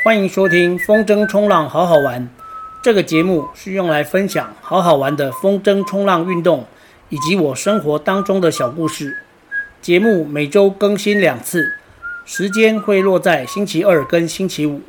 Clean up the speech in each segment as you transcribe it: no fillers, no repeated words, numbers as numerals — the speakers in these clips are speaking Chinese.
欢迎收听风筝冲浪好好玩。这个节目是用来分享好好玩的风筝冲浪运动，以及我生活当中的小故事。节目每周更新2次，时间会落在星期二跟星期五。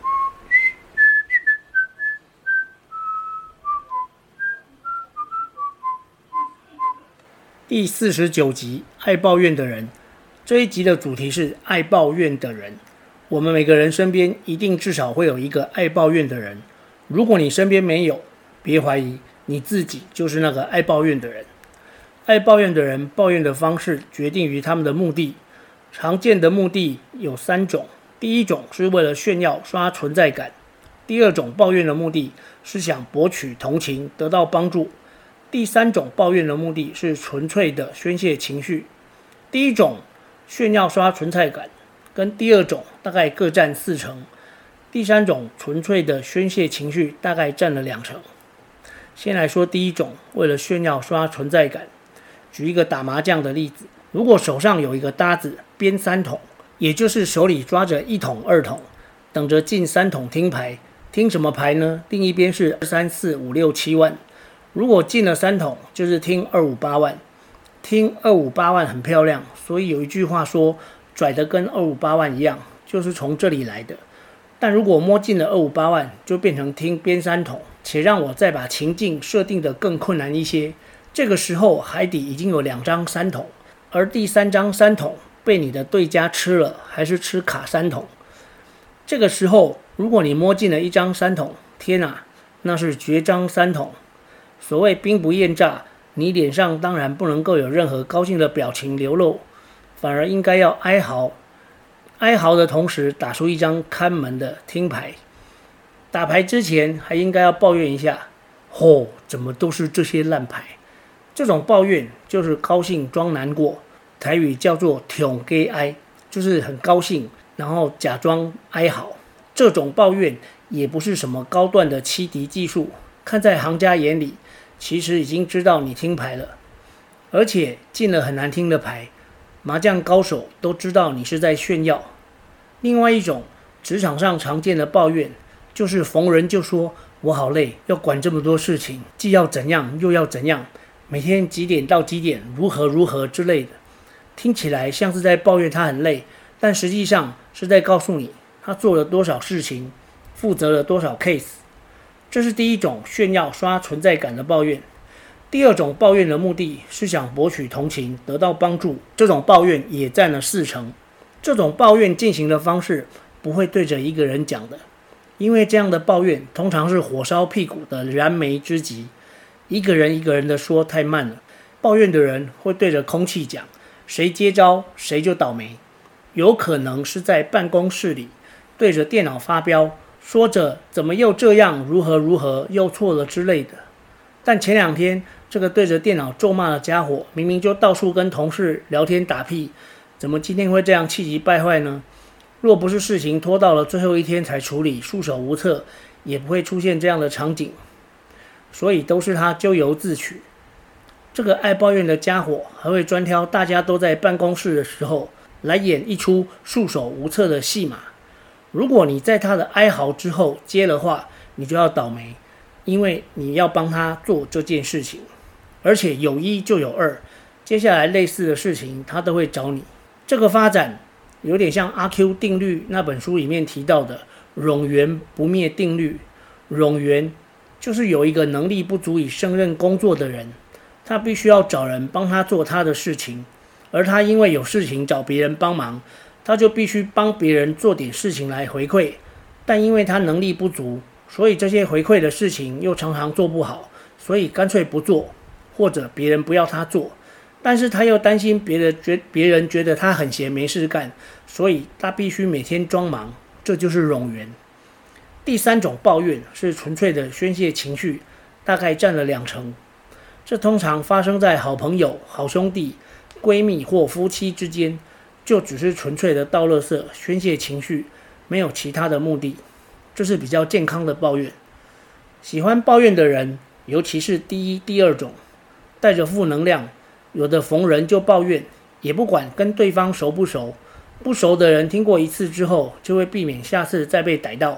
第49集，爱抱怨的人。这一集的主题是爱抱怨的人。我们每个人身边一定至少会有一个爱抱怨的人。如果你身边没有，别怀疑，你自己就是那个爱抱怨的人。爱抱怨的人抱怨的方式决定于他们的目的。常见的目的有3种。第一种是为了炫耀刷存在感。第二种抱怨的目的是想博取同情得到帮助。第3种抱怨的目的是纯粹的宣泄情绪。第一种炫耀刷存在感跟第二种大概各占4成，第3种纯粹的宣泄情绪大概占了2成。先来说第一种，为了炫耀刷存在感。举一个打麻将的例子，如果手上有一个搭子编3筒，也就是手里抓着1筒2筒，等着进3筒听牌。听什么牌呢？另一边是3、4、5、6、7万。如果进了3筒，就是听2、5、8万。听2、5、8万很漂亮，所以有一句话说，拽得跟2、5、8万一样，就是从这里来的。但如果摸进了2、5、8万，就变成听编3筒，且让我再把情境设定得更困难一些。这个时候海底已经有2张3筒，而第3张3筒被你的对家吃了，还是吃卡3筒。这个时候，如果你摸进了1张3筒，天啊，那是绝张3筒。所谓兵不厌诈，你脸上当然不能够有任何高兴的表情流露，反而应该要哀嚎。哀嚎的同时打出1张看门的听牌。打牌之前还应该要抱怨一下，怎么都是这些烂牌。这种抱怨就是高兴装难过，台语叫做挺给哀，就是很高兴然后假装哀嚎。这种抱怨也不是什么高段的欺敌技术，看在行家眼里，其实已经知道你听牌了，而且进了很难听的牌，麻将高手都知道你是在炫耀。另外一种职场上常见的抱怨，就是逢人就说我好累，要管这么多事情，既要怎样又要怎样，每天几点到几点如何如何之类的。听起来像是在抱怨他很累，但实际上是在告诉你他做了多少事情，负责了多少 case。这是第一种炫耀刷存在感的抱怨。第二种抱怨的目的是想博取同情得到帮助，这种抱怨也占了4成。这种抱怨进行的方式不会对着一个人讲的，因为这样的抱怨通常是火烧屁股的燃眉之急，一个人一个人的说太慢了。抱怨的人会对着空气讲，谁接招谁就倒霉。有可能是在办公室里对着电脑发飙，说着怎么又这样如何如何又错了之类的。但前2天这个对着电脑咒骂的家伙，明明就到处跟同事聊天打屁，怎么今天会这样气急败坏呢？若不是事情拖到了最后1天才处理，束手无策，也不会出现这样的场景。所以都是他咎由自取。这个爱抱怨的家伙还会专挑大家都在办公室的时候来演一出束手无策的戏码。如果你在他的哀嚎之后接了话，你就要倒霉，因为你要帮他做这件事情。而且有1就有2，接下来类似的事情他都会找你。这个发展有点像阿 Q 定律那本书里面提到的冗员不灭定律。冗员就是有一个能力不足以胜任工作的人，他必须要找人帮他做他的事情，而他因为有事情找别人帮忙，他就必须帮别人做点事情来回馈。但因为他能力不足，所以这些回馈的事情又常常做不好，所以干脆不做，或者别人不要他做。但是他又担心别人觉得他很闲没事干，所以他必须每天装忙，这就是冗员。第3种抱怨是纯粹的宣泄情绪，大概占了2成。这通常发生在好朋友、好兄弟、闺蜜或夫妻之间，就只是纯粹的倒垃圾、宣泄情绪，没有其他的目的。这是比较健康的抱怨。喜欢抱怨的人，尤其是第1、第2种，带着负能量，有的逢人就抱怨，也不管跟对方熟不熟。不熟的人听过1次之后，就会避免下次再被逮到，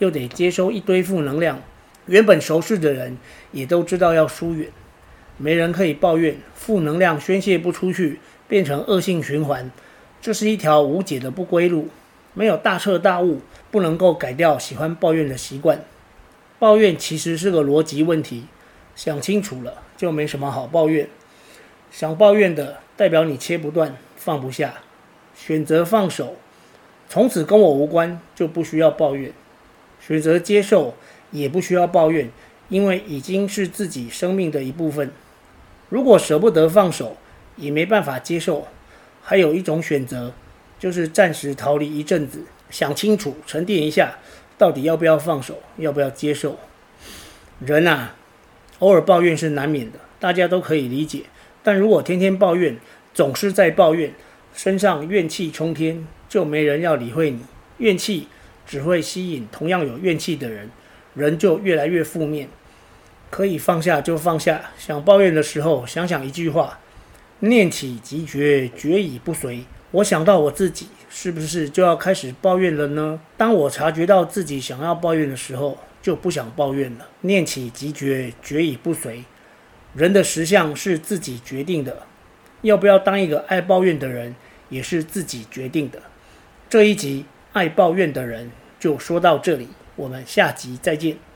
又得接收一堆负能量。原本熟识的人也都知道要疏远，没人可以抱怨，负能量宣泄不出去，变成恶性循环。这是一条无解的不归路，没有大彻大悟，不能够改掉喜欢抱怨的习惯。抱怨其实是个逻辑问题，想清楚了就没什么好抱怨。想抱怨的代表你切不断，放不下，选择放手，从此跟我无关，就不需要抱怨。选择接受，也不需要抱怨，因为已经是自己生命的一部分。如果舍不得放手，也没办法接受，还有一种选择，就是暂时逃离一阵子，想清楚，沉淀一下，到底要不要放手，要不要接受。人啊，偶尔抱怨是难免的，大家都可以理解。但如果天天抱怨，总是在抱怨，身上怨气冲天，就没人要理会你。怨气只会吸引同样有怨气的人，人就越来越负面。可以放下就放下，想抱怨的时候，想想一句话：念起即觉，觉已不随。我想到我自己，是不是就要开始抱怨了呢？当我察觉到自己想要抱怨的时候，就不想抱怨了。念起即觉，觉已不随。人的实相是自己决定的，要不要当一个爱抱怨的人，也是自己决定的。这一集爱抱怨的人就说到这里，我们下集再见。